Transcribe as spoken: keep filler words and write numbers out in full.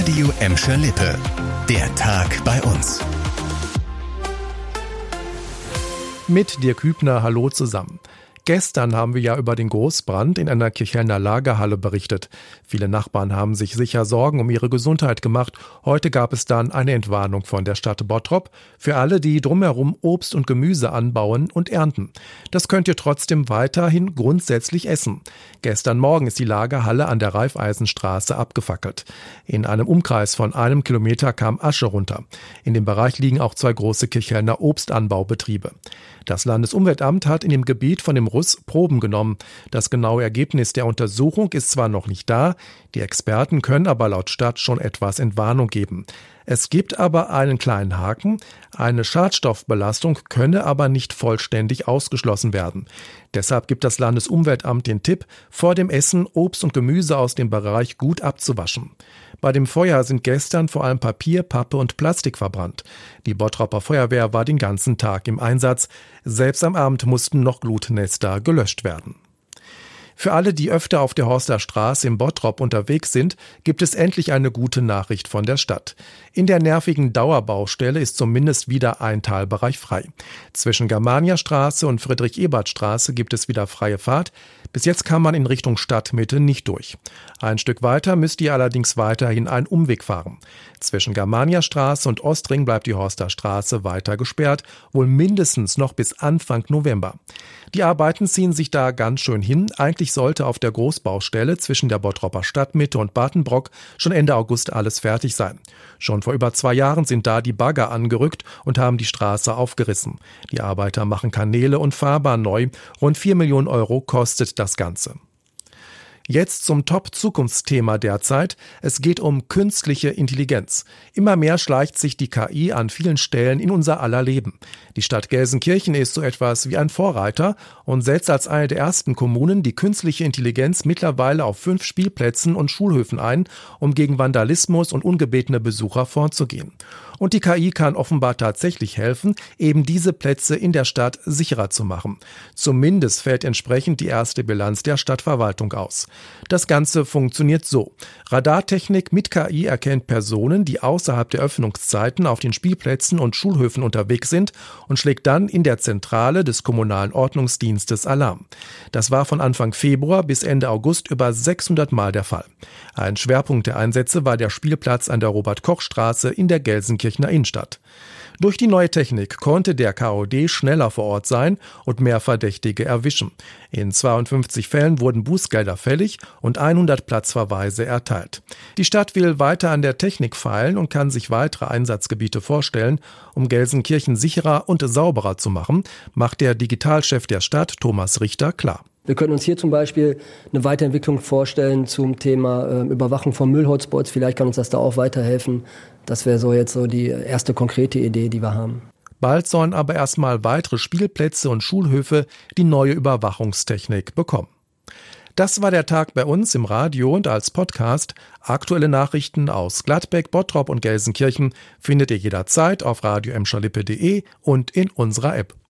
Radio Emscher Lippe. Der Tag bei uns. Mit Dirk Hübner, hallo zusammen. Gestern haben wir ja über den Großbrand in einer Kirchhellner Lagerhalle berichtet. Viele Nachbarn haben sich sicher Sorgen um ihre Gesundheit gemacht. Heute gab es dann eine Entwarnung von der Stadt Bottrop für alle, die drumherum Obst und Gemüse anbauen und ernten. Das könnt ihr trotzdem weiterhin grundsätzlich essen. Gestern Morgen ist die Lagerhalle an der Raiffeisenstraße abgefackelt. In einem Umkreis von einem Kilometer kam Asche runter. In dem Bereich liegen auch zwei große Kirchhellner Obstanbaubetriebe. Das Landesumweltamt hat in dem Gebiet von dem Russ Proben genommen. Das genaue Ergebnis der Untersuchung ist zwar noch nicht da, die Experten können aber laut Stadt schon etwas Entwarnung geben. Es gibt aber einen kleinen Haken. Eine Schadstoffbelastung könne aber nicht vollständig ausgeschlossen werden. Deshalb gibt das Landesumweltamt den Tipp, vor dem Essen Obst und Gemüse aus dem Bereich gut abzuwaschen. Bei dem Feuer sind gestern vor allem Papier, Pappe und Plastik verbrannt. Die Bottroper Feuerwehr war den ganzen Tag im Einsatz. Selbst am Abend mussten noch Glutnester gelöscht werden. Für alle, die öfter auf der Horster Straße im Bottrop unterwegs sind, gibt es endlich eine gute Nachricht von der Stadt. In der nervigen Dauerbaustelle ist zumindest wieder ein Teilbereich frei. Zwischen Germaniastraße und Friedrich-Ebert-Straße gibt es wieder freie Fahrt. Bis jetzt kann man in Richtung Stadtmitte nicht durch. Ein Stück weiter müsst ihr allerdings weiterhin einen Umweg fahren. Zwischen Germaniastraße und Ostring bleibt die Horster Straße weiter gesperrt, wohl mindestens noch bis Anfang November. Die Arbeiten ziehen sich da ganz schön hin. Eigentlich sollte auf der Großbaustelle zwischen der Bottroper Stadtmitte und Bartenbrock schon Ende August alles fertig sein. Schon vor über zwei Jahren sind da die Bagger angerückt und haben die Straße aufgerissen. Die Arbeiter machen Kanäle und Fahrbahn neu. Rund vier Millionen Euro kostet das Ganze. Jetzt zum Top-Zukunftsthema derzeit. Es geht um künstliche Intelligenz. Immer mehr schleicht sich die K I an vielen Stellen in unser aller Leben. Die Stadt Gelsenkirchen ist so etwas wie ein Vorreiter und setzt als eine der ersten Kommunen die künstliche Intelligenz mittlerweile auf fünf Spielplätzen und Schulhöfen ein, um gegen Vandalismus und ungebetene Besucher vorzugehen. Und die K I kann offenbar tatsächlich helfen, eben diese Plätze in der Stadt sicherer zu machen. Zumindest fällt entsprechend die erste Bilanz der Stadtverwaltung aus. Das Ganze funktioniert so. Radartechnik mit K I erkennt Personen, die außerhalb der Öffnungszeiten auf den Spielplätzen und Schulhöfen unterwegs sind und schlägt dann in der Zentrale des kommunalen Ordnungsdienstes Alarm. Das war von Anfang Februar bis Ende August über sechshundert Mal der Fall. Ein Schwerpunkt der Einsätze war der Spielplatz an der Robert-Koch-Straße in der Gelsenkirchener Innenstadt. Durch die neue Technik konnte der K O D schneller vor Ort sein und mehr Verdächtige erwischen. In zweiundfünfzig Fällen wurden Bußgelder fällig und hundert Platzverweise erteilt. Die Stadt will weiter an der Technik feilen und kann sich weitere Einsatzgebiete vorstellen, um Gelsenkirchen sicherer und sauberer zu machen, macht der Digitalchef der Stadt, Thomas Richter, klar. Wir können uns hier zum Beispiel eine Weiterentwicklung vorstellen zum Thema äh, Überwachung von Müllhotspots. Vielleicht kann uns das da auch weiterhelfen. Das wäre so jetzt so die erste konkrete Idee, die wir haben. Bald sollen aber erstmal weitere Spielplätze und Schulhöfe die neue Überwachungstechnik bekommen. Das war der Tag bei uns im Radio und als Podcast. Aktuelle Nachrichten aus Gladbeck, Bottrop und Gelsenkirchen findet ihr jederzeit auf radio emscher lippe punkt de und in unserer App.